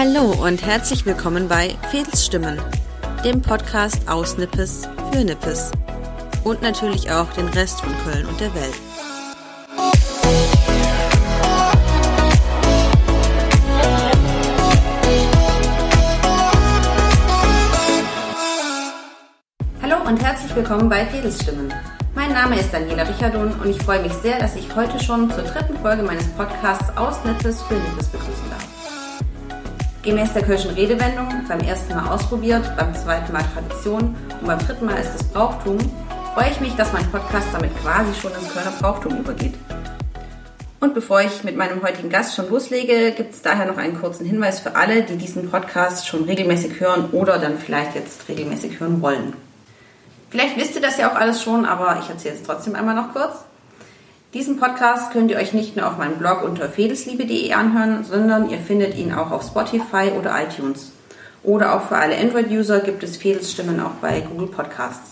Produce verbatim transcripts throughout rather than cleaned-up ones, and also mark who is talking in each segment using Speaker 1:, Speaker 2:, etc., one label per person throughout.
Speaker 1: Hallo und herzlich willkommen bei Vedelsstimmen, dem Podcast aus Nippes für Nippes und natürlich auch den Rest von Köln und der Welt. Hallo und herzlich willkommen bei Vedelsstimmen. Mein Name ist Daniela Richardon und ich freue mich sehr, dass ich heute schon zur dritten Folge meines Podcasts aus Nippes für Nippes begrüßen darf. Gemäß der Kölschen Redewendung, beim ersten Mal ausprobiert, beim zweiten Mal Tradition und beim dritten Mal ist es Brauchtum, freue ich mich, dass mein Podcast damit quasi schon ins Kölner Brauchtum übergeht. Und bevor ich mit meinem heutigen Gast schon loslege, gibt es daher noch einen kurzen Hinweis für alle, die diesen Podcast schon regelmäßig hören oder dann vielleicht jetzt regelmäßig hören wollen. Vielleicht wisst ihr das ja auch alles schon, aber ich erzähle es trotzdem einmal noch kurz. Diesen Podcast könnt ihr euch nicht nur auf meinem Blog unter vedelsliebe punkt de anhören, sondern ihr findet ihn auch auf Spotify oder iTunes. Oder auch für alle Android-User gibt es Vedelsstimmen auch bei Google Podcasts.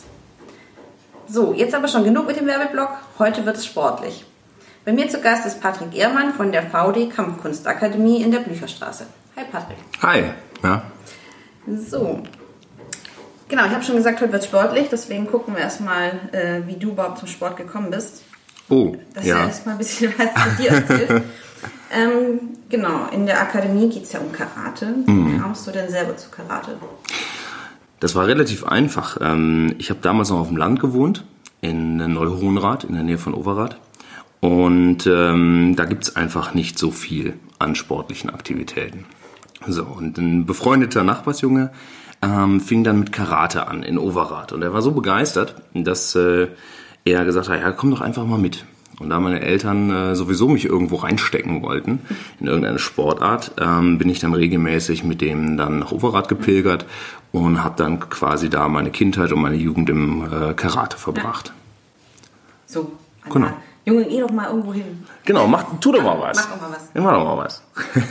Speaker 1: So, jetzt aber schon genug mit dem Werbeblock. Heute wird es sportlich. Bei mir zu Gast ist Patrick Ehrmann von der V D Kampfkunstakademie in der Blücherstraße. Hi Patrick.
Speaker 2: Hi. Ja.
Speaker 1: So. Genau, ich habe schon gesagt, heute wird es sportlich, deswegen gucken wir erstmal, äh, wie du überhaupt zum Sport gekommen bist.
Speaker 2: Oh,
Speaker 1: Dass
Speaker 2: ja.
Speaker 1: du erstmal ein bisschen was zu dir erzählst. ähm, genau, in der Akademie geht es ja um Karate.
Speaker 2: Mhm.
Speaker 1: Wie kamst du denn selber zu Karate?
Speaker 2: Das war relativ einfach. Ich habe damals noch auf dem Land gewohnt, in Neuhohenrath, in der Nähe von Overath. Und ähm, da gibt es einfach nicht so viel an sportlichen Aktivitäten. So, und ein befreundeter Nachbarsjunge ähm, fing dann mit Karate an in Overath. Und er war so begeistert, dass äh, er gesagt hat, ja, komm doch einfach mal mit. Und da meine Eltern äh, sowieso mich irgendwo reinstecken wollten, in irgendeine Sportart, ähm, bin ich dann regelmäßig mit dem dann nach Overath gepilgert und habe dann quasi da meine Kindheit und meine Jugend im äh, Karate verbracht.
Speaker 1: So,
Speaker 2: genau.
Speaker 1: Junge, geh doch mal irgendwo hin.
Speaker 2: Genau, mach, tu doch mal was.
Speaker 1: Mach doch mal was.
Speaker 2: Ja, mach doch mal was.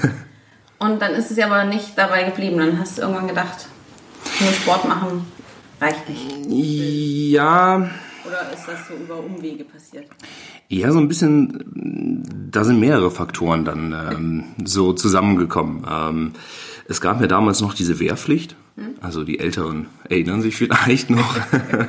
Speaker 1: Und dann ist es ja aber nicht dabei geblieben. Dann hast du irgendwann gedacht, nur Sport machen reicht nicht.
Speaker 2: Ja.
Speaker 1: Oder ist das so über Umwege passiert?
Speaker 2: Ja, so ein bisschen, da sind mehrere Faktoren dann ähm, so zusammengekommen. Ähm, es gab ja damals noch diese Wehrpflicht, also die Älteren erinnern sich vielleicht noch.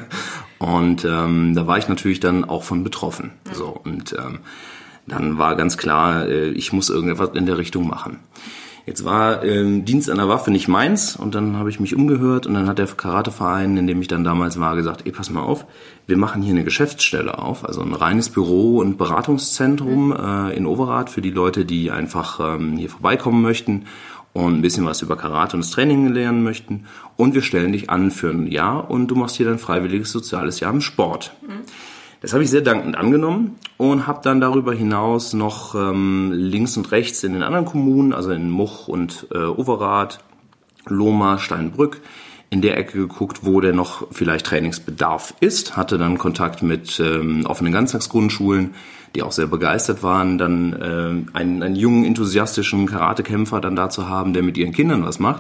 Speaker 2: Und ähm, da war ich natürlich dann auch von betroffen. So, und ähm, dann war ganz klar, äh, ich muss irgendetwas in der Richtung machen. Jetzt war ähm, Dienst an der Waffe nicht meins und dann habe ich mich umgehört und dann hat der Karateverein, in dem ich dann damals war, gesagt, ey, pass mal auf, wir machen hier eine Geschäftsstelle auf, also ein reines Büro- und Beratungszentrum äh, in Overath für die Leute, die einfach ähm, hier vorbeikommen möchten und ein bisschen was über Karate und das Training lernen möchten und wir stellen dich an für ein Jahr und du machst hier dein freiwilliges soziales Jahr im Sport. Mhm. Das habe ich sehr dankend angenommen und habe dann darüber hinaus noch ähm, links und rechts in den anderen Kommunen, also in Much und äh, Overath, Lohmar, Steinbrück, in der Ecke geguckt, wo der noch vielleicht Trainingsbedarf ist. Hatte dann Kontakt mit ähm, offenen Ganztagsgrundschulen, die auch sehr begeistert waren, dann äh, einen, einen jungen, enthusiastischen Karatekämpfer dann da zu haben, der mit ihren Kindern was macht.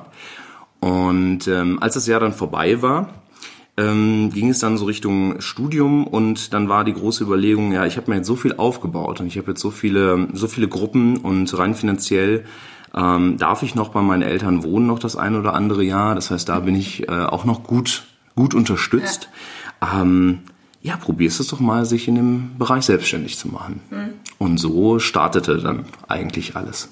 Speaker 2: Und ähm, als das Jahr dann vorbei war, Ähm, ging es dann so Richtung Studium und dann war die große Überlegung, ja, ich habe mir jetzt so viel aufgebaut und ich habe jetzt so viele so viele Gruppen und rein finanziell ähm, darf ich noch bei meinen Eltern wohnen noch das ein oder andere Jahr. Das heißt, da bin ich äh, auch noch gut gut unterstützt. Ja, ähm, ja probierst es doch mal, sich in dem Bereich selbstständig zu machen. Mhm. Und so startete dann eigentlich alles.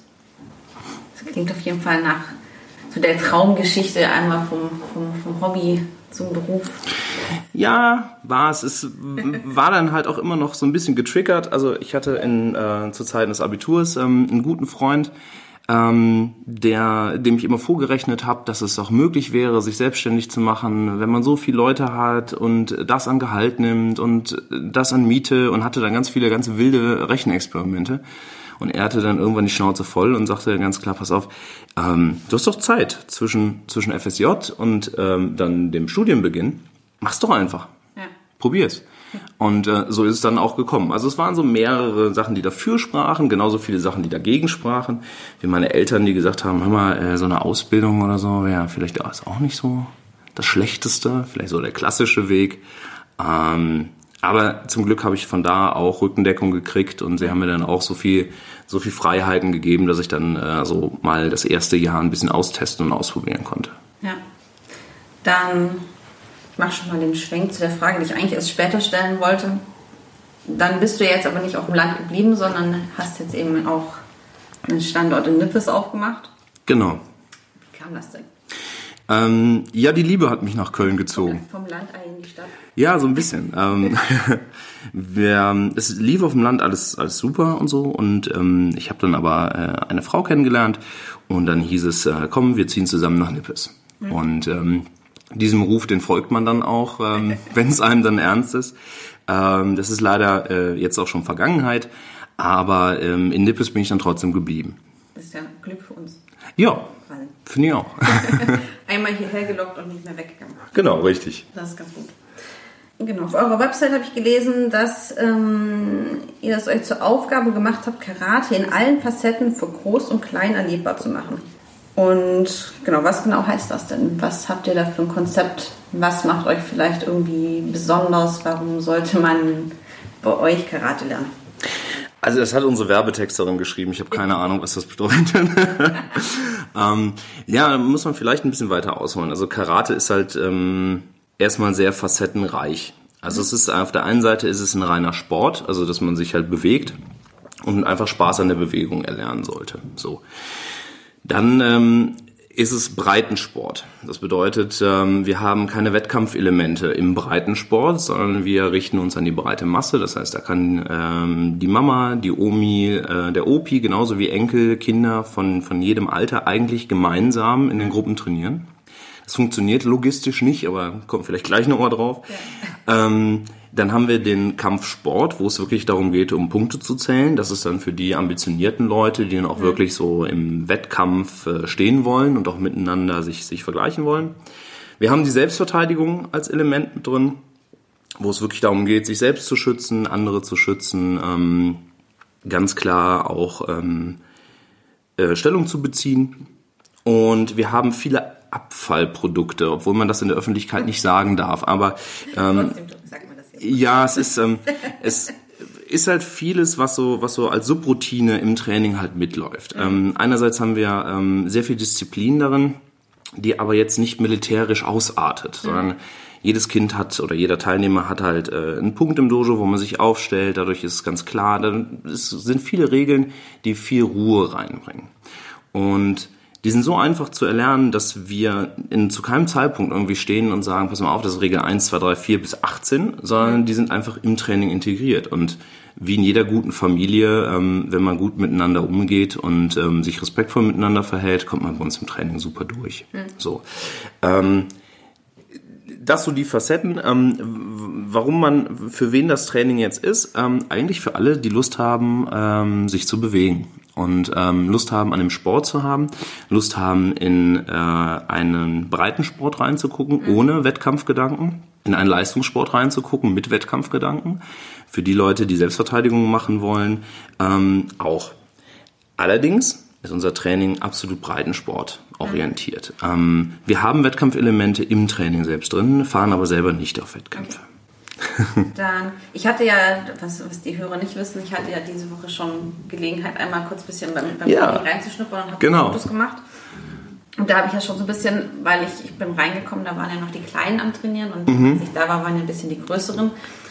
Speaker 1: Das klingt auf jeden Fall nach so der Traumgeschichte, einmal vom, vom, vom Hobby zum Beruf.
Speaker 2: Ja, war es. Es war dann halt auch immer noch so ein bisschen getriggert. Also ich hatte in, äh, zu Zeiten des Abiturs ähm, einen guten Freund, ähm, der, dem ich immer vorgerechnet habe, dass es auch möglich wäre, sich selbstständig zu machen, wenn man so viele Leute hat und das an Gehalt nimmt und das an Miete und hatte dann ganz viele ganz wilde Rechenexperimente. Und er hatte dann irgendwann die Schnauze voll und sagte ganz klar, pass auf, ähm, du hast doch Zeit zwischen, zwischen F S J und ähm, dann dem Studienbeginn. Mach's doch einfach. Ja. Probier's. Ja. Und äh, so ist es dann auch gekommen. Also es waren so mehrere Sachen, die dafür sprachen, genauso viele Sachen, die dagegen sprachen. Wie meine Eltern, die gesagt haben, hör mal, äh, so eine Ausbildung oder so wäre ja vielleicht auch nicht so das Schlechteste, vielleicht so der klassische Weg. Ähm, Aber zum Glück habe ich von da auch Rückendeckung gekriegt und sie haben mir dann auch so viel, so viel Freiheiten gegeben, dass ich dann äh, so mal das erste Jahr ein bisschen austesten und ausprobieren konnte.
Speaker 1: Ja, dann ich mache schon mal den Schwenk zu der Frage, die ich eigentlich erst später stellen wollte. Dann bist du jetzt aber nicht auf dem Land geblieben, sondern hast jetzt eben auch einen Standort in Nippes aufgemacht.
Speaker 2: Genau.
Speaker 1: Wie kam das denn?
Speaker 2: Ähm, ja, die Liebe hat mich nach Köln gezogen.
Speaker 1: Vom Landei in die Stadt?
Speaker 2: Ja, so ein bisschen. ähm, wir, es lief auf dem Land alles, alles super und so. Und ähm, ich habe dann aber äh, eine Frau kennengelernt und dann hieß es, äh, komm, wir ziehen zusammen nach Nippes. Mhm. Und ähm, diesem Ruf, den folgt man dann auch, ähm, wenn es einem dann ernst ist. Ähm, das ist leider äh, jetzt auch schon Vergangenheit, aber ähm, in Nippes bin ich dann trotzdem geblieben.
Speaker 1: Das ist ja Glück für uns.
Speaker 2: Ja, finde ich auch.
Speaker 1: Einmal hierher gelockt und nicht mehr weggegangen.
Speaker 2: Genau, richtig.
Speaker 1: Das ist ganz gut. Genau, auf eurer Website habe ich gelesen, dass ähm, ihr es euch zur Aufgabe gemacht habt, Karate in allen Facetten für groß und klein erlebbar zu machen. Und genau, was genau heißt das denn? Was habt ihr da für ein Konzept? Was macht euch vielleicht irgendwie besonders? Warum sollte man bei euch Karate lernen?
Speaker 2: Also das hat unsere Werbetexterin geschrieben. Ich habe keine Ahnung, was das bedeutet. ähm, ja, da muss man vielleicht ein bisschen weiter ausholen. Also Karate ist halt ähm, erstmal sehr facettenreich. Also es ist auf der einen Seite ist es ein reiner Sport, also dass man sich halt bewegt und einfach Spaß an der Bewegung erlernen sollte. So. Dann ähm, ist es Breitensport. Das bedeutet, ähm, wir haben keine Wettkampfelemente im Breitensport, sondern wir richten uns an die breite Masse. Das heißt, da kann ähm, die Mama, die Omi, äh, der Opi, genauso wie Enkel, Kinder von, von jedem Alter eigentlich gemeinsam in den Gruppen trainieren. Das funktioniert logistisch nicht, aber kommt vielleicht gleich nochmal drauf. Ja. Ähm, Dann haben wir den Kampfsport, wo es wirklich darum geht, um Punkte zu zählen. Das ist dann für die ambitionierten Leute, die dann auch mhm. wirklich so im Wettkampf stehen wollen und auch miteinander sich, sich vergleichen wollen. Wir haben die Selbstverteidigung als Element mit drin, wo es wirklich darum geht, sich selbst zu schützen, andere zu schützen, ähm, ganz klar auch ähm, äh, Stellung zu beziehen. Und wir haben viele Abfallprodukte, obwohl man das in der Öffentlichkeit nicht sagen darf. Aber ähm, ja, es ist ähm, es ist halt vieles, was so was so als Subroutine im Training halt mitläuft. Mhm. Ähm, einerseits haben wir ähm, sehr viel Disziplin darin, die aber jetzt nicht militärisch ausartet, mhm. sondern jedes Kind hat oder jeder Teilnehmer hat halt äh, einen Punkt im Dojo, wo man sich aufstellt. Dadurch ist es ganz klar, da es sind viele Regeln, die viel Ruhe reinbringen. Und die sind so einfach zu erlernen, dass wir in, zu keinem Zeitpunkt irgendwie stehen und sagen, pass mal auf, das ist Regel eins, zwei, drei, vier bis achtzehn, sondern die sind einfach im Training integriert. Und wie in jeder guten Familie, ähm, wenn man gut miteinander umgeht und ähm, sich respektvoll miteinander verhält, kommt man bei uns im Training super durch. Mhm. So. Ähm, Das so die Facetten, ähm, warum man, für wen das Training jetzt ist, ähm, eigentlich für alle, die Lust haben, ähm, sich zu bewegen und ähm, Lust haben, an dem Sport zu haben, Lust haben, in äh, einen Breitensport reinzugucken, mhm. ohne Wettkampfgedanken, in einen Leistungssport reinzugucken, mit Wettkampfgedanken, für die Leute, die Selbstverteidigung machen wollen, ähm, auch. Allerdings ist unser Training absolut Breitensport orientiert. Mhm. Ähm, wir haben Wettkampfelemente im Training selbst drin, fahren aber selber nicht auf Wettkämpfe.
Speaker 1: Okay. Dann, ich hatte ja, was, was die Hörer nicht wissen, ich hatte ja diese Woche schon Gelegenheit, einmal kurz ein bisschen beim, beim
Speaker 2: ja.
Speaker 1: Training reinzuschnuppern und habe
Speaker 2: genau.
Speaker 1: Fotos gemacht. Und da habe ich ja schon so ein bisschen, weil ich, ich bin reingekommen, da waren ja noch die Kleinen am Trainieren und mhm. als ich da war, waren ja ein bisschen die Größeren.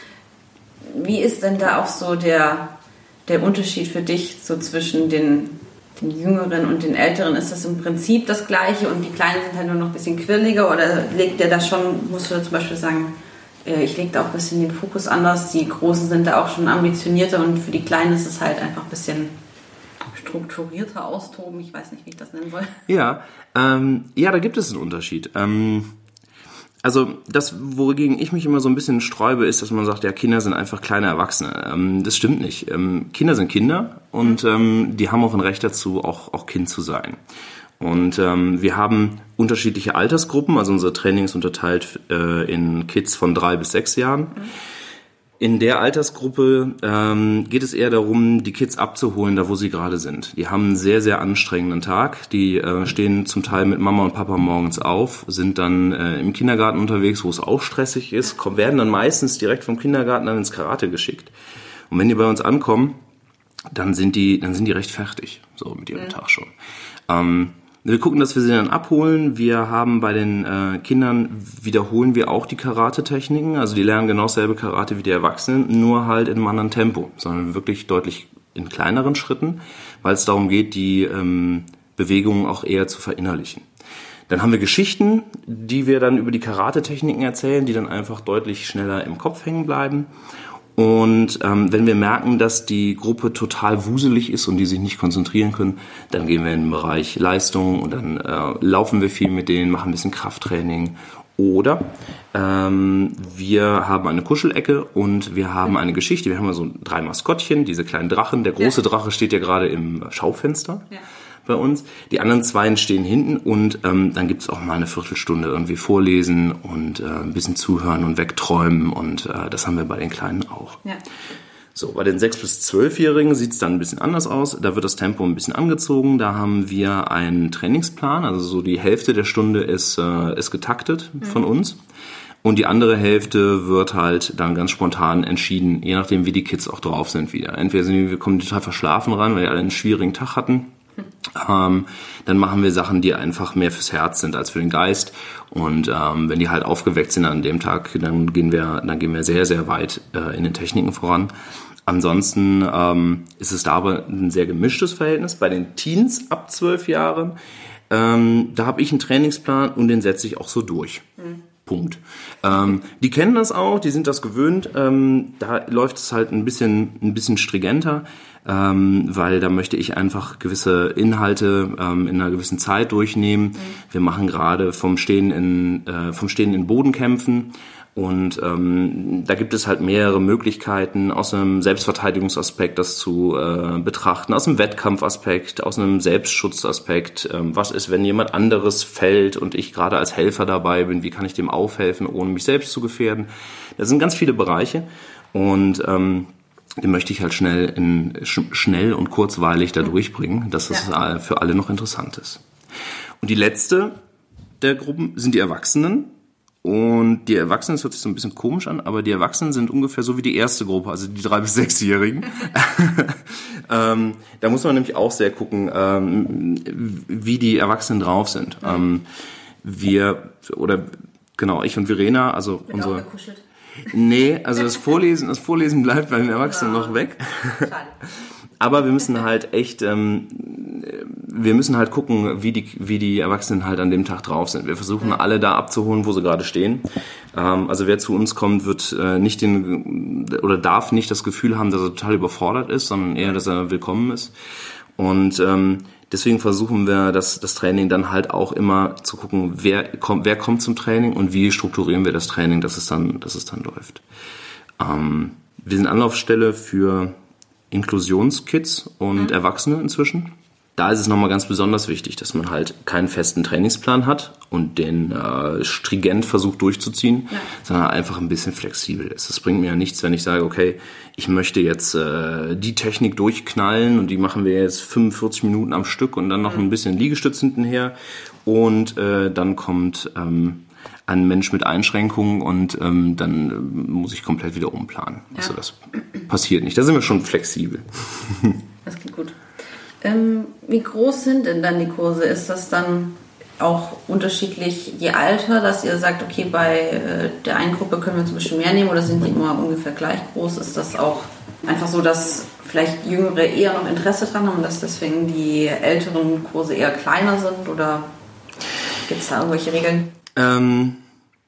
Speaker 1: Wie ist denn da auch so der, der Unterschied für dich so zwischen den den Jüngeren und den Älteren? Ist das im Prinzip das Gleiche und die Kleinen sind halt nur noch ein bisschen quirliger oder legt der da schon, musst du da zum Beispiel sagen, ich lege da auch ein bisschen den Fokus anders, die Großen sind da auch schon ambitionierter und für die Kleinen ist es halt einfach ein bisschen strukturierter austoben, ich weiß nicht, wie ich das nennen soll.
Speaker 2: Ja, ähm, ja, da gibt es einen Unterschied. Ähm, Also das, wogegen ich mich immer so ein bisschen sträube, ist, dass man sagt, ja, Kinder sind einfach kleine Erwachsene. Ähm, das stimmt nicht. Ähm, Kinder sind Kinder und ähm, die haben auch ein Recht dazu, auch, auch Kind zu sein. Und ähm, wir haben unterschiedliche Altersgruppen. Also unser Training ist unterteilt äh, in Kids von drei bis sechs Jahren. In der Altersgruppe ähm, geht es eher darum, die Kids abzuholen, da wo sie gerade sind. Die haben einen sehr, sehr anstrengenden Tag. Die äh, stehen zum Teil mit Mama und Papa morgens auf, sind dann äh, im Kindergarten unterwegs, wo es auch stressig ist, kommen, werden dann meistens direkt vom Kindergarten dann ins Karate geschickt. Und wenn die bei uns ankommen, dann sind die, dann sind die recht fertig, so mit ihrem mhm. Tag schon. Ähm, Wir gucken, dass wir sie dann abholen. Wir haben bei den äh, Kindern, wiederholen wir auch die Karate-Techniken. Also die lernen genau dasselbe Karate wie die Erwachsenen, nur halt in einem anderen Tempo, sondern wirklich deutlich in kleineren Schritten, weil es darum geht, die ähm, Bewegungen auch eher zu verinnerlichen. Dann haben wir Geschichten, die wir dann über die Karate-Techniken erzählen, die dann einfach deutlich schneller im Kopf hängen bleiben. Und ähm, wenn wir merken, dass die Gruppe total wuselig ist und die sich nicht konzentrieren können, dann gehen wir in den Bereich Leistung und dann äh, laufen wir viel mit denen, machen ein bisschen Krafttraining. Oder ähm, wir haben eine Kuschelecke und wir haben eine Geschichte. Wir haben so drei Maskottchen, diese kleinen Drachen. Der große ja. Drache steht ja gerade im Schaufenster. Ja. Bei uns. Die anderen zwei stehen hinten und ähm, dann gibt's auch mal eine Viertelstunde irgendwie vorlesen und äh, ein bisschen zuhören und wegträumen und äh, das haben wir bei den Kleinen auch. Ja. So, bei den sechs bis zwölfjährigen sieht's dann ein bisschen anders aus. Da wird das Tempo ein bisschen angezogen. Da haben wir einen Trainingsplan, also so die Hälfte der Stunde ist, äh, ist getaktet mhm. von uns. Und die andere Hälfte wird halt dann ganz spontan entschieden, je nachdem wie die Kids auch drauf sind wieder. Entweder sind die, wir kommen total verschlafen ran, weil die alle einen schwierigen Tag hatten. Ähm, dann machen wir Sachen, die einfach mehr fürs Herz sind als für den Geist. Und ähm, wenn die halt aufgeweckt sind an dem Tag, dann gehen wir, dann gehen wir sehr, sehr weit äh, in den Techniken voran. Ansonsten ähm, ist es da aber ein sehr gemischtes Verhältnis. Bei den Teens ab zwölf Jahren, ähm, da habe ich einen Trainingsplan und den setze ich auch so durch. Mhm. Punkt. Ähm, die kennen das auch, die sind das gewöhnt. Ähm, da läuft es halt ein bisschen, ein bisschen stringenter, ähm, weil da möchte ich einfach gewisse Inhalte ähm, in einer gewissen Zeit durchnehmen. Mhm. Wir machen gerade vom Stehen in, äh, vom Stehen in Bodenkämpfen. Und ähm, da gibt es halt mehrere Möglichkeiten, aus einem Selbstverteidigungsaspekt das zu äh, betrachten, aus einem Wettkampfaspekt, aus einem Selbstschutzaspekt. Ähm, was ist, wenn jemand anderes fällt und ich gerade als Helfer dabei bin? Wie kann ich dem aufhelfen, ohne mich selbst zu gefährden? Das sind ganz viele Bereiche und ähm, den möchte ich halt schnell, in, sch- schnell und kurzweilig da durchbringen, dass es ja. für alle noch interessant ist. Und die letzte der Gruppen sind die Erwachsenen. Und die Erwachsenen, das hört sich so ein bisschen komisch an, aber die Erwachsenen sind ungefähr so wie die erste Gruppe, also die drei- bis sechsjährigen. ähm, da muss man nämlich auch sehr gucken, ähm, wie die Erwachsenen drauf sind. Mhm. Ähm, wir, oder genau, ich und Verena, also Wird unsere... Auch gekuschelt. Nee, also das Vorlesen, das Vorlesen bleibt bei den Erwachsenen wow. noch weg. Schade. Aber wir müssen halt echt, ähm, wir müssen halt gucken, wie die, wie die Erwachsenen halt an dem Tag drauf sind. Wir versuchen alle da abzuholen, wo sie gerade stehen. Ähm, also wer zu uns kommt, wird äh, nicht den, oder darf nicht das Gefühl haben, dass er total überfordert ist, sondern eher, dass er willkommen ist. Und ähm, deswegen versuchen wir das, das Training dann halt auch immer zu gucken, wer kommt, wer kommt zum Training und wie strukturieren wir das Training, dass es dann, dass es dann läuft. Ähm, wir sind Anlaufstelle für Inklusionskids und mhm. Erwachsene inzwischen. Da ist es nochmal ganz besonders wichtig, dass man halt keinen festen Trainingsplan hat und den äh, stringent versucht durchzuziehen, ja. sondern einfach ein bisschen flexibel ist. Es bringt mir ja nichts, wenn ich sage, okay, ich möchte jetzt äh, die Technik durchknallen und die machen wir jetzt fünfundvierzig Minuten am Stück und dann noch mhm. ein bisschen Liegestütz hintenher und äh, dann kommt ähm, ein Mensch mit Einschränkungen und ähm, dann äh, muss ich komplett wieder umplanen. Ja. Also das passiert nicht. Da sind wir schon flexibel.
Speaker 1: Das klingt gut. Ähm, wie groß sind denn dann die Kurse? Ist das dann auch unterschiedlich je Alter, dass ihr sagt, okay, bei äh, der einen Gruppe können wir zum Beispiel mehr nehmen oder sind die immer ungefähr gleich groß? Ist das auch einfach so, dass vielleicht Jüngere eher noch Interesse dran haben und dass deswegen die älteren Kurse eher kleiner sind oder gibt es da irgendwelche Regeln?
Speaker 2: Ähm,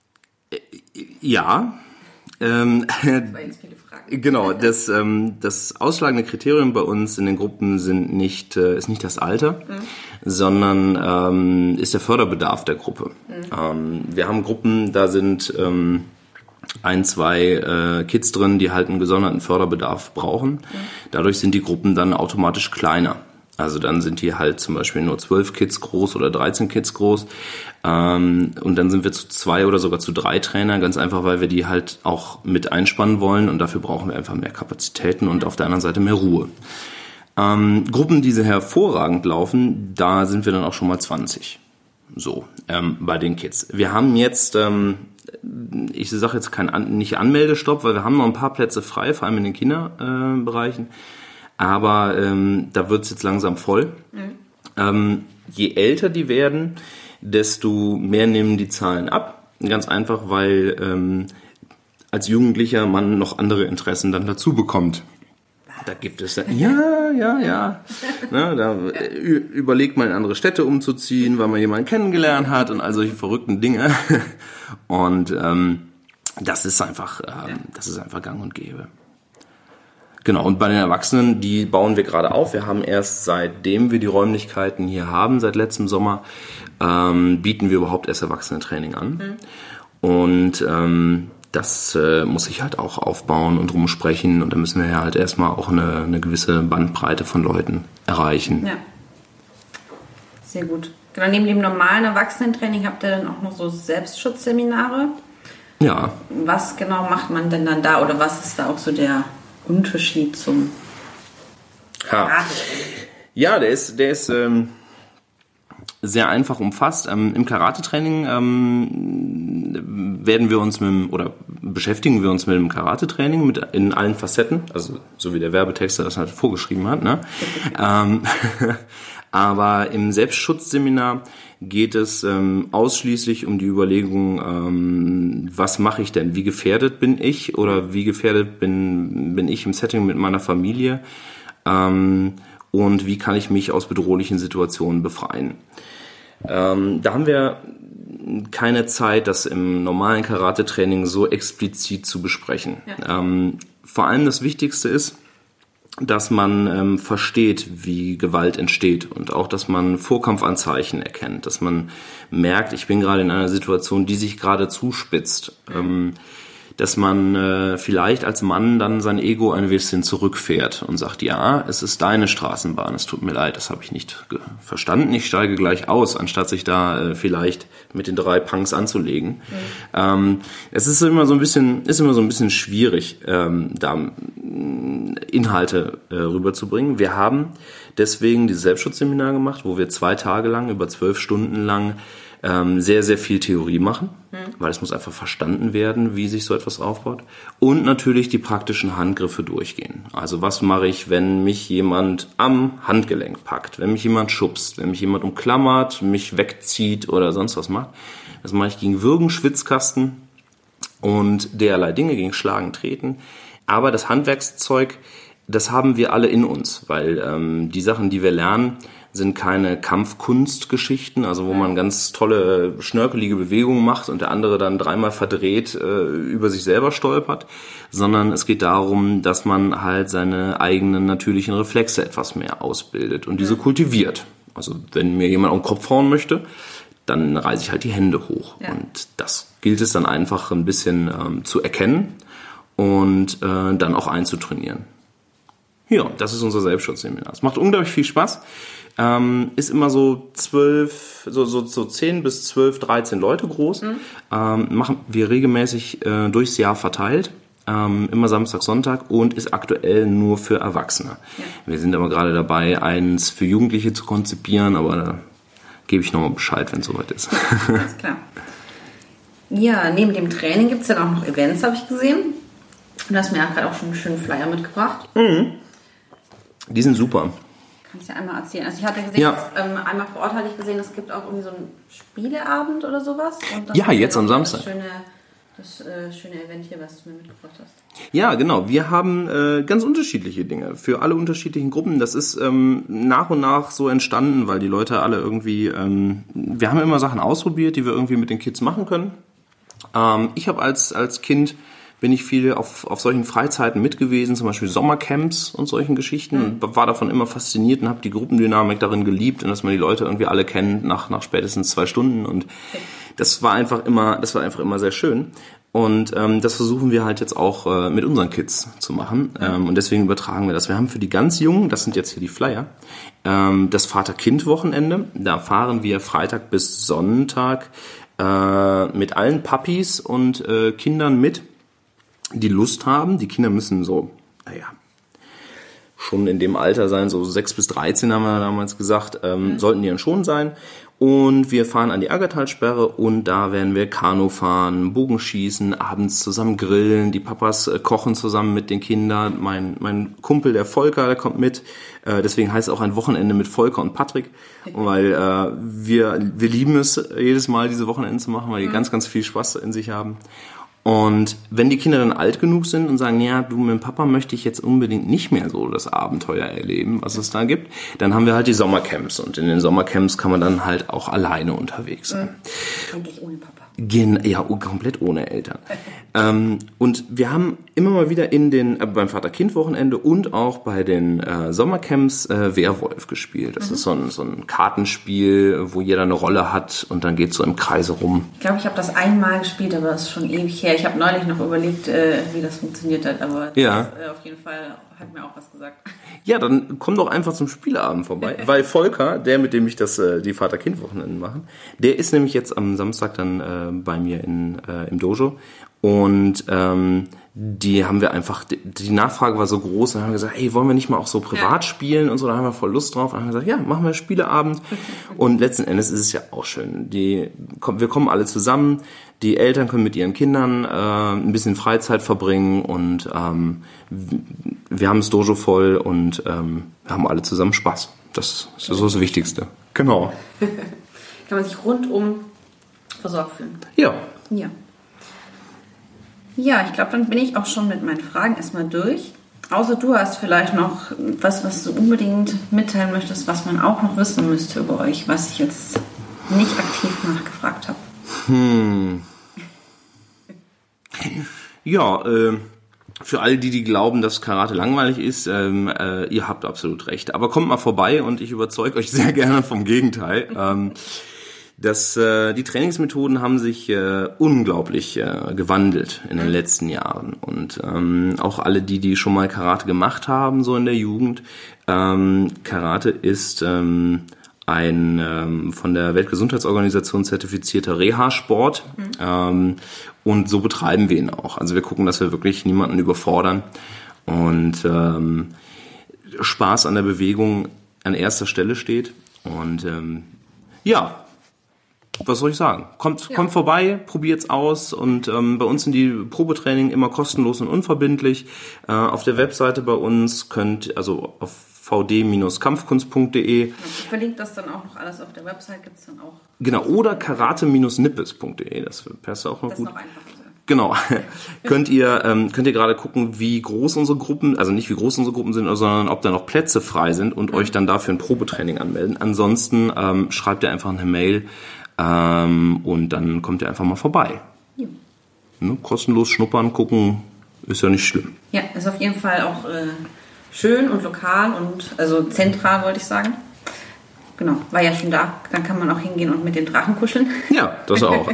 Speaker 2: ja. Ähm, das war jetzt viele Fragen. Genau, das, ähm, das ausschlagende Kriterium bei uns in den Gruppen sind nicht, äh, ist nicht das Alter, mhm. sondern ähm, ist der Förderbedarf der Gruppe. Mhm. Ähm, wir haben Gruppen, da sind ähm, ein, zwei äh, Kids drin, die halt einen gesonderten Förderbedarf brauchen. Mhm. Dadurch sind die Gruppen dann automatisch kleiner. Also dann sind die halt zum Beispiel nur zwölf Kids groß oder dreizehn Kids groß. Ähm, und dann sind wir zu zwei oder sogar zu drei Trainern, ganz einfach, weil wir die halt auch mit einspannen wollen. Und dafür brauchen wir einfach mehr Kapazitäten und auf der anderen Seite mehr Ruhe. Ähm, Gruppen, die sehr hervorragend laufen, da sind wir dann auch schon mal zwanzig. So, ähm, bei den Kids. Wir haben jetzt, ähm, ich sage jetzt kein An- nicht Anmeldestopp, weil wir haben noch ein paar Plätze frei, vor allem in den Kinderbereichen. Äh, Aber ähm, da wird's jetzt langsam voll. Mhm. Ähm, je älter die werden, desto mehr nehmen die Zahlen ab. Ganz einfach, weil ähm, als Jugendlicher man noch andere Interessen dann dazu bekommt. Da gibt es ja, ja, ja, ja. Ne, da ü- überlegt man in andere Städte umzuziehen, weil man jemanden kennengelernt hat und all solche verrückten Dinge. Und ähm, das ist einfach, ähm, das ist einfach gang und gäbe. Genau, und bei den Erwachsenen, die bauen wir gerade auf. Wir haben erst seitdem wir die Räumlichkeiten hier haben, seit letztem Sommer, ähm, bieten wir überhaupt erst Erwachsenentraining an. Mhm. Und ähm, das äh, muss ich halt auch aufbauen und rumsprechen. Und da müssen wir ja halt erstmal auch eine, eine gewisse Bandbreite von Leuten erreichen.
Speaker 1: Ja, sehr gut. Genau, neben dem normalen Erwachsenentraining habt ihr dann auch noch so Selbstschutzseminare.
Speaker 2: Ja.
Speaker 1: Was genau macht man denn dann da oder was ist da auch so der Unterschied zum Karate-Training?
Speaker 2: Ja, der ist, der ist ähm, sehr einfach umfasst. Ähm, Im Karate-Training ähm, werden wir uns mit dem, oder beschäftigen wir uns mit dem Karate-Training mit in allen Facetten, also so wie der Werbetexter das halt vorgeschrieben hat. Ne? ähm, aber im Selbstschutzseminar geht es ähm, ausschließlich um die Überlegung, ähm, was mache ich denn? Wie gefährdet bin ich oder wie gefährdet bin, bin ich im Setting mit meiner Familie? Ähm, und wie kann ich mich aus bedrohlichen Situationen befreien? Ähm, da haben wir keine Zeit, das im normalen Karate-Training so explizit zu besprechen. Ja. Ähm, vor allem das Wichtigste ist, dass man ähm, versteht, wie Gewalt entsteht und auch, dass man Vorkampfanzeichen erkennt, dass man merkt, ich bin gerade in einer Situation, die sich gerade zuspitzt, ähm, dass man äh, vielleicht als Mann dann sein Ego ein bisschen zurückfährt und sagt, ja, es ist deine Straßenbahn, es tut mir leid, das habe ich nicht ge- verstanden, ich steige gleich aus, anstatt sich da äh, vielleicht mit den drei Punks anzulegen. Mhm. Ähm, es ist immer so ein bisschen, ist immer so ein bisschen schwierig, ähm, da Inhalte äh, rüberzubringen. Wir haben deswegen dieses Selbstschutzseminar gemacht, wo wir zwei Tage lang, über zwölf Stunden lang ähm, sehr, sehr viel Theorie machen, mhm. weil es muss einfach verstanden werden, wie sich so etwas aufbaut. Und natürlich die praktischen Handgriffe durchgehen. Also was mache ich, wenn mich jemand am Handgelenk packt, wenn mich jemand schubst, wenn mich jemand umklammert, mich wegzieht oder sonst was macht. Das mache ich gegen Würgen, Schwitzkasten und derlei Dinge, gegen Schlagen, Treten. Aber das Handwerkszeug, das haben wir alle in uns, weil ähm, die Sachen, die wir lernen, sind keine Kampfkunstgeschichten, also wo man ganz tolle, schnörkelige Bewegungen macht und der andere dann dreimal verdreht äh, über sich selber stolpert, sondern es geht darum, dass man halt seine eigenen natürlichen Reflexe etwas mehr ausbildet und diese kultiviert. Also wenn mir jemand auf den Kopf hauen möchte, dann reiße ich halt die Hände hoch. Ja. Und das gilt es dann einfach ein bisschen ähm, zu erkennen und äh, dann auch einzutrainieren. Ja, das ist unser Selbstschutzseminar. Es macht unglaublich viel Spaß. Ähm, ist immer so zwölf, so, so, so zehn bis zwölf, dreizehn Leute groß. Mhm. Ähm, machen wir regelmäßig äh, durchs Jahr verteilt. Ähm, immer Samstag, Sonntag und ist aktuell nur für Erwachsene. Ja. Wir sind aber gerade dabei, eins für Jugendliche zu konzipieren, aber da gebe ich nochmal Bescheid, wenn es soweit ist.
Speaker 1: Alles klar. Ja, neben dem Training gibt es dann auch noch Events, habe ich gesehen. Du hast mir ja gerade auch schon einen schönen Flyer mitgebracht.
Speaker 2: Mhm. Die sind super.
Speaker 1: Kannst du ja einmal erzählen. Also ich hatte gesehen,
Speaker 2: ja.
Speaker 1: dass, ähm, einmal vor Ort hatte ich gesehen, es gibt auch irgendwie so einen Spieleabend oder sowas. Und
Speaker 2: ja, jetzt am Samstag.
Speaker 1: Das schöne, das äh, schöne Event hier, was du mir mitgebracht hast.
Speaker 2: Ja, genau. Wir haben äh, ganz unterschiedliche Dinge für alle unterschiedlichen Gruppen. Das ist ähm, nach und nach so entstanden, weil die Leute alle irgendwie, ähm, wir haben immer Sachen ausprobiert, die wir irgendwie mit den Kids machen können. Ähm, ich habe als als Kind bin ich viel auf, auf solchen Freizeiten mit gewesen, zum Beispiel Sommercamps und solchen Geschichten. Mhm. Und war davon immer fasziniert und habe die Gruppendynamik darin geliebt und dass man die Leute irgendwie alle kennt nach, nach spätestens zwei Stunden. Und das war einfach immer, das war einfach immer sehr schön. Und ähm, das versuchen wir halt jetzt auch äh, mit unseren Kids zu machen. Ähm, und deswegen übertragen wir das. Wir haben für die ganz Jungen, das sind jetzt hier die Flyer, ähm, das Vater-Kind-Wochenende. Da fahren wir Freitag bis Sonntag äh, mit allen Papis und äh, Kindern mit, die Lust haben. Die Kinder müssen so, naja, schon in dem Alter sein, so sechs bis dreizehn haben wir damals gesagt, ähm, mhm. sollten die dann schon sein. Und wir fahren an die Aggertalsperre und da werden wir Kanu fahren, Bogenschießen, abends zusammen grillen, die Papas äh, kochen zusammen mit den Kindern. Mein mein Kumpel, der Volker, der kommt mit. Äh, deswegen heißt es auch ein Wochenende mit Volker und Patrick, weil äh, wir wir lieben es, jedes Mal diese Wochenenden zu machen, weil die mhm. ganz, ganz viel Spaß in sich haben. Und wenn die Kinder dann alt genug sind und sagen, ja, du, mit dem Papa möchte ich jetzt unbedingt nicht mehr so das Abenteuer erleben, was es da gibt, dann haben wir halt die Sommercamps. Und in den Sommercamps kann man dann halt auch alleine unterwegs sein.
Speaker 1: Eigentlich ohne Papa.
Speaker 2: Gen- ja, komplett ohne Eltern. ähm, und wir haben immer mal wieder in den äh, beim Vater-Kind-Wochenende und auch bei den äh, Sommercamps äh, Werwolf gespielt. Das mhm. ist so ein, so ein Kartenspiel, wo jeder eine Rolle hat und dann geht so im Kreise rum.
Speaker 1: Ich glaube, ich habe das einmal gespielt, aber das ist schon ewig her. Ich habe neulich noch überlegt, äh, wie das funktioniert hat, aber
Speaker 2: ja.
Speaker 1: das, äh, auf jeden Fall hat mir auch was gesagt.
Speaker 2: Ja, dann komm doch einfach zum Spieleabend vorbei, weil Volker, der, mit dem ich das äh, die Vater-Kind-Wochenenden mache, der ist nämlich jetzt am Samstag dann äh, bei mir in, äh, im Dojo und ähm, die haben wir einfach, die, die Nachfrage war so groß, dann haben wir gesagt, hey, wollen wir nicht mal auch so privat ja. spielen und so, da haben wir voll Lust drauf, dann haben wir gesagt, ja, machen wir Spieleabend und letzten Endes ist es ja auch schön, die, wir kommen alle zusammen, die Eltern können mit ihren Kindern äh, ein bisschen Freizeit verbringen und ähm, wir haben das Dojo voll und ähm, wir haben alle zusammen Spaß. Das ist so das Wichtigste. Genau.
Speaker 1: Kann man sich rundum versorgt fühlen.
Speaker 2: Ja.
Speaker 1: Ja. Ja, ich glaube, dann bin ich auch schon mit meinen Fragen erstmal durch. Außer du hast vielleicht noch was, was du unbedingt mitteilen möchtest, was man auch noch wissen müsste über euch, was ich jetzt nicht aktiv nachgefragt habe.
Speaker 2: Hm. Ja, äh, für all die, die glauben, dass Karate langweilig ist, ähm, äh, ihr habt absolut recht. Aber kommt mal vorbei und ich überzeuge euch sehr gerne vom Gegenteil. ähm, das, äh, die Trainingsmethoden haben sich äh, unglaublich äh, gewandelt in den letzten Jahren. Und ähm, auch alle die, die schon mal Karate gemacht haben, so in der Jugend, ähm, Karate ist ähm, ein ähm, von der Weltgesundheitsorganisation zertifizierter Reha-Sport mhm. ähm, und so betreiben wir ihn auch. Also wir gucken, dass wir wirklich niemanden überfordern und ähm, Spaß an der Bewegung an erster Stelle steht. Und ähm, ja, was soll ich sagen? Kommt, ja. kommt vorbei, probiert's aus und ähm, bei uns sind die Probetraining immer kostenlos und unverbindlich. Äh, auf der Webseite bei uns könnt, also auf v d Bindestrich kampfkunst punkt d e.
Speaker 1: Ich verlinke das dann auch noch alles auf der Website, gibt's dann auch.
Speaker 2: Genau, oder karate Bindestrich nippes punkt d e, das passt auch noch
Speaker 1: das
Speaker 2: gut.
Speaker 1: Das ist noch einfacher.
Speaker 2: Genau. könnt ihr ähm, könnt ihr gerade gucken, wie groß unsere Gruppen, also nicht wie groß unsere Gruppen sind, sondern ob da noch Plätze frei sind und mhm. euch dann dafür ein Probetraining anmelden. Ansonsten ähm, schreibt ihr einfach eine Mail ähm, und dann kommt ihr einfach mal vorbei. Ja. Ne, kostenlos schnuppern, gucken, ist ja nicht schlimm.
Speaker 1: Ja, ist auf jeden Fall auch äh, schön und lokal und also zentral, wollte ich sagen. Genau, war ja schon da. Dann kann man auch hingehen und mit den Drachen kuscheln.
Speaker 2: Ja, das auch.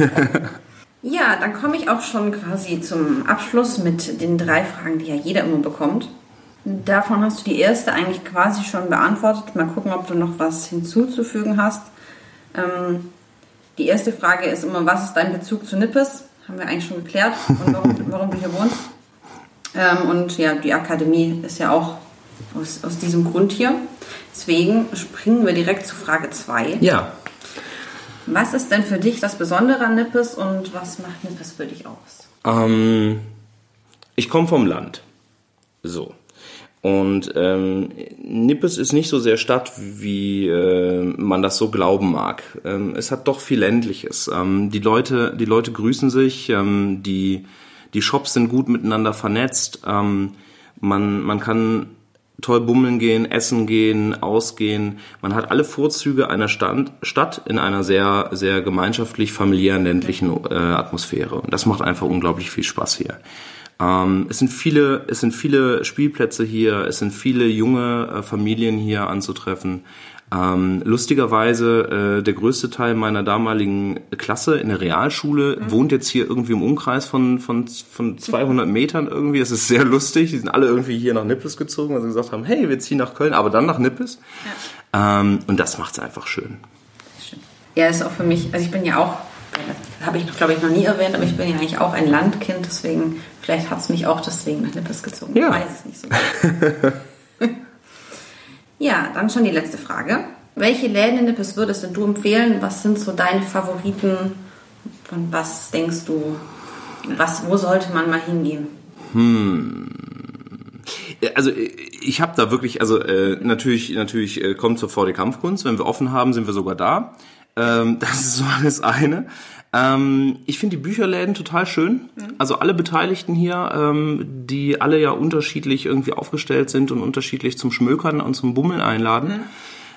Speaker 1: Ja, dann komme ich auch schon quasi zum Abschluss mit den drei Fragen, die ja jeder immer bekommt. Davon hast du die erste eigentlich quasi schon beantwortet. Mal gucken, ob du noch was hinzuzufügen hast. Ähm, die erste Frage ist immer, was ist dein Bezug zu Nippes? Haben wir eigentlich schon geklärt und warum, warum du hier wohnst. Ähm, und ja, die Akademie ist ja auch aus, aus diesem Grund hier. Deswegen springen wir direkt zu Frage zwei.
Speaker 2: Ja.
Speaker 1: Was ist denn für dich das Besondere an Nippes und was macht Nippes für dich aus?
Speaker 2: Ähm, ich komme vom Land. So. Und ähm, Nippes ist nicht so sehr Stadt, wie äh, man das so glauben mag. Ähm, es hat doch viel Ländliches. Ähm, die Leute, die Leute grüßen sich, ähm, die, die Shops sind gut miteinander vernetzt. Ähm, man, man kann toll bummeln gehen, essen gehen, ausgehen. Man hat alle Vorzüge einer Stand, Stadt in einer sehr, sehr gemeinschaftlich, familiären, ländlichen äh, Atmosphäre. Und das macht einfach unglaublich viel Spaß hier. Ähm, es sind viele, es sind viele Spielplätze hier, es sind viele junge äh, Familien hier anzutreffen. Ähm, lustigerweise, äh, der größte Teil meiner damaligen Klasse in der Realschule mhm. wohnt jetzt hier irgendwie im Umkreis von, von, von zweihundert Metern irgendwie. Das ist sehr lustig. Die sind alle irgendwie hier nach Nippes gezogen, weil sie gesagt haben, hey, wir ziehen nach Köln, aber dann nach Nippes. Ja. Ähm, und das macht's einfach schön.
Speaker 1: Ja, das ist auch für mich, also ich bin ja auch, habe ich glaube ich noch nie erwähnt, aber ich bin ja eigentlich auch ein Landkind, deswegen, vielleicht hat es mich auch deswegen nach Nippes gezogen. Ja. Ich weiß es nicht so genau. Ja, dann schon die letzte Frage. Welche Läden in Nippes würdest denn du empfehlen? Was sind so deine Favoriten? Und was denkst du, was, wo sollte man mal hingehen?
Speaker 2: Hm. Also ich habe da wirklich, also äh, natürlich, natürlich äh, kommt sofort die Kampfkunst. Wenn wir offen haben, sind wir sogar da. Ähm, das ist so alles eine. Ähm, ich finde die Bücherläden total schön. Also alle Beteiligten hier, ähm, die alle ja unterschiedlich irgendwie aufgestellt sind und unterschiedlich zum Schmökern und zum Bummeln einladen. Mhm.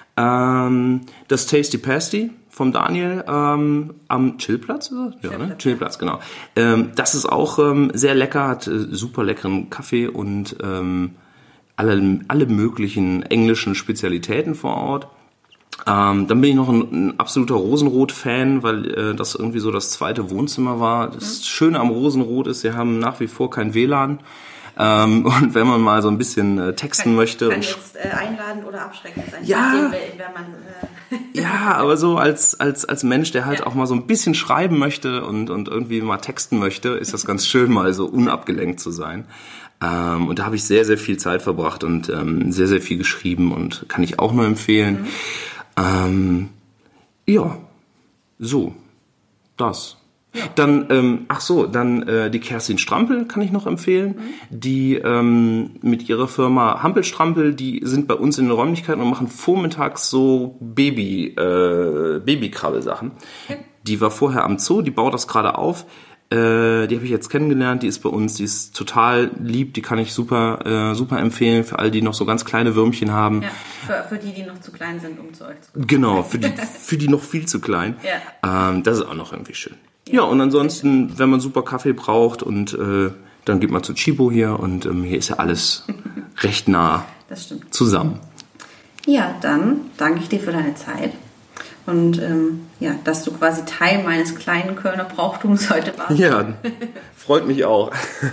Speaker 2: Ähm, das Tasty Pasty vom Daniel ähm, am Chillplatz, ist er? Ja, Chillplatz, ne? Chillplatz, genau. Ähm, das ist auch ähm, sehr lecker, hat äh, super leckeren Kaffee und ähm, alle, alle möglichen englischen Spezialitäten vor Ort. Ähm, dann bin ich noch ein, ein absoluter Rosenrot-Fan, weil äh, das irgendwie so das zweite Wohnzimmer war. Das mhm. Schöne am Rosenrot ist, sie haben nach wie vor kein W L A N. Ähm, und wenn man mal so ein bisschen äh, texten
Speaker 1: kann,
Speaker 2: möchte...
Speaker 1: Kann
Speaker 2: und
Speaker 1: jetzt äh, einladend oder abschreckend sein.
Speaker 2: Ja,
Speaker 1: dem, wenn man, äh
Speaker 2: ja, aber so als, als, als Mensch, der halt
Speaker 1: ja.
Speaker 2: auch mal so ein bisschen schreiben möchte und, und irgendwie mal texten möchte, ist das ganz schön, mal so unabgelenkt zu sein. Ähm, und da habe ich sehr, sehr viel Zeit verbracht und ähm, sehr, sehr viel geschrieben und kann ich auch nur empfehlen. Mhm. Ähm, ja, so, das. Ja. Dann, ähm, ach so, dann äh, die Kerstin Strampel kann ich noch empfehlen. Mhm. Die ähm, mit ihrer Firma Hampelstrampel, die sind bei uns in den Räumlichkeiten und machen vormittags so Baby, äh, Babykrabbelsachen. Okay. Die war vorher am Zoo, die baut das gerade auf. Äh, die habe ich jetzt kennengelernt, die ist bei uns, die ist total lieb, die kann ich super, äh, super empfehlen für all die noch so ganz kleine Würmchen haben.
Speaker 1: Ja, für, für die, die noch zu klein sind, um zu euch zu kommen.
Speaker 2: Genau, für die, für die noch viel zu klein.
Speaker 1: Ja.
Speaker 2: Ähm, das ist auch noch irgendwie schön. Ja, ja, und ansonsten, wenn man super Kaffee braucht und äh, dann geht man zu Chibo hier und ähm, hier ist ja alles recht nah
Speaker 1: das stimmt.
Speaker 2: zusammen.
Speaker 1: Ja, dann danke ich dir für deine Zeit. Und ähm, ja, dass du quasi Teil meines kleinen Kölner Brauchtums heute warst.
Speaker 2: Ja, freut mich auch.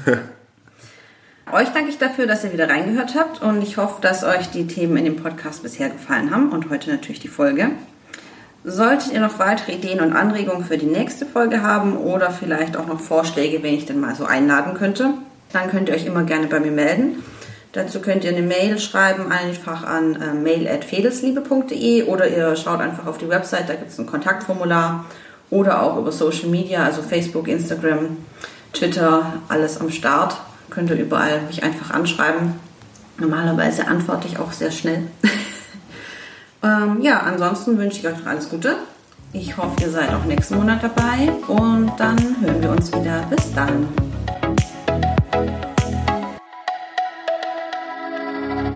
Speaker 1: Euch danke ich dafür, dass ihr wieder reingehört habt und ich hoffe, dass euch die Themen in dem Podcast bisher gefallen haben und heute natürlich die Folge. Solltet ihr noch weitere Ideen und Anregungen für die nächste Folge haben oder vielleicht auch noch Vorschläge, wen ich denn mal so einladen könnte, dann könnt ihr euch immer gerne bei mir melden. Dazu könnt ihr eine Mail schreiben, einfach an äh, mail at fedelsliebe punkt de oder ihr schaut einfach auf die Website, da gibt es ein Kontaktformular oder auch über Social Media, also Facebook, Instagram, Twitter, alles am Start. Könnt ihr überall mich einfach anschreiben. Normalerweise antworte ich auch sehr schnell. ähm, ja, ansonsten wünsche ich euch noch alles Gute. Ich hoffe, ihr seid auch nächsten Monat dabei und dann hören wir uns wieder. Bis dann.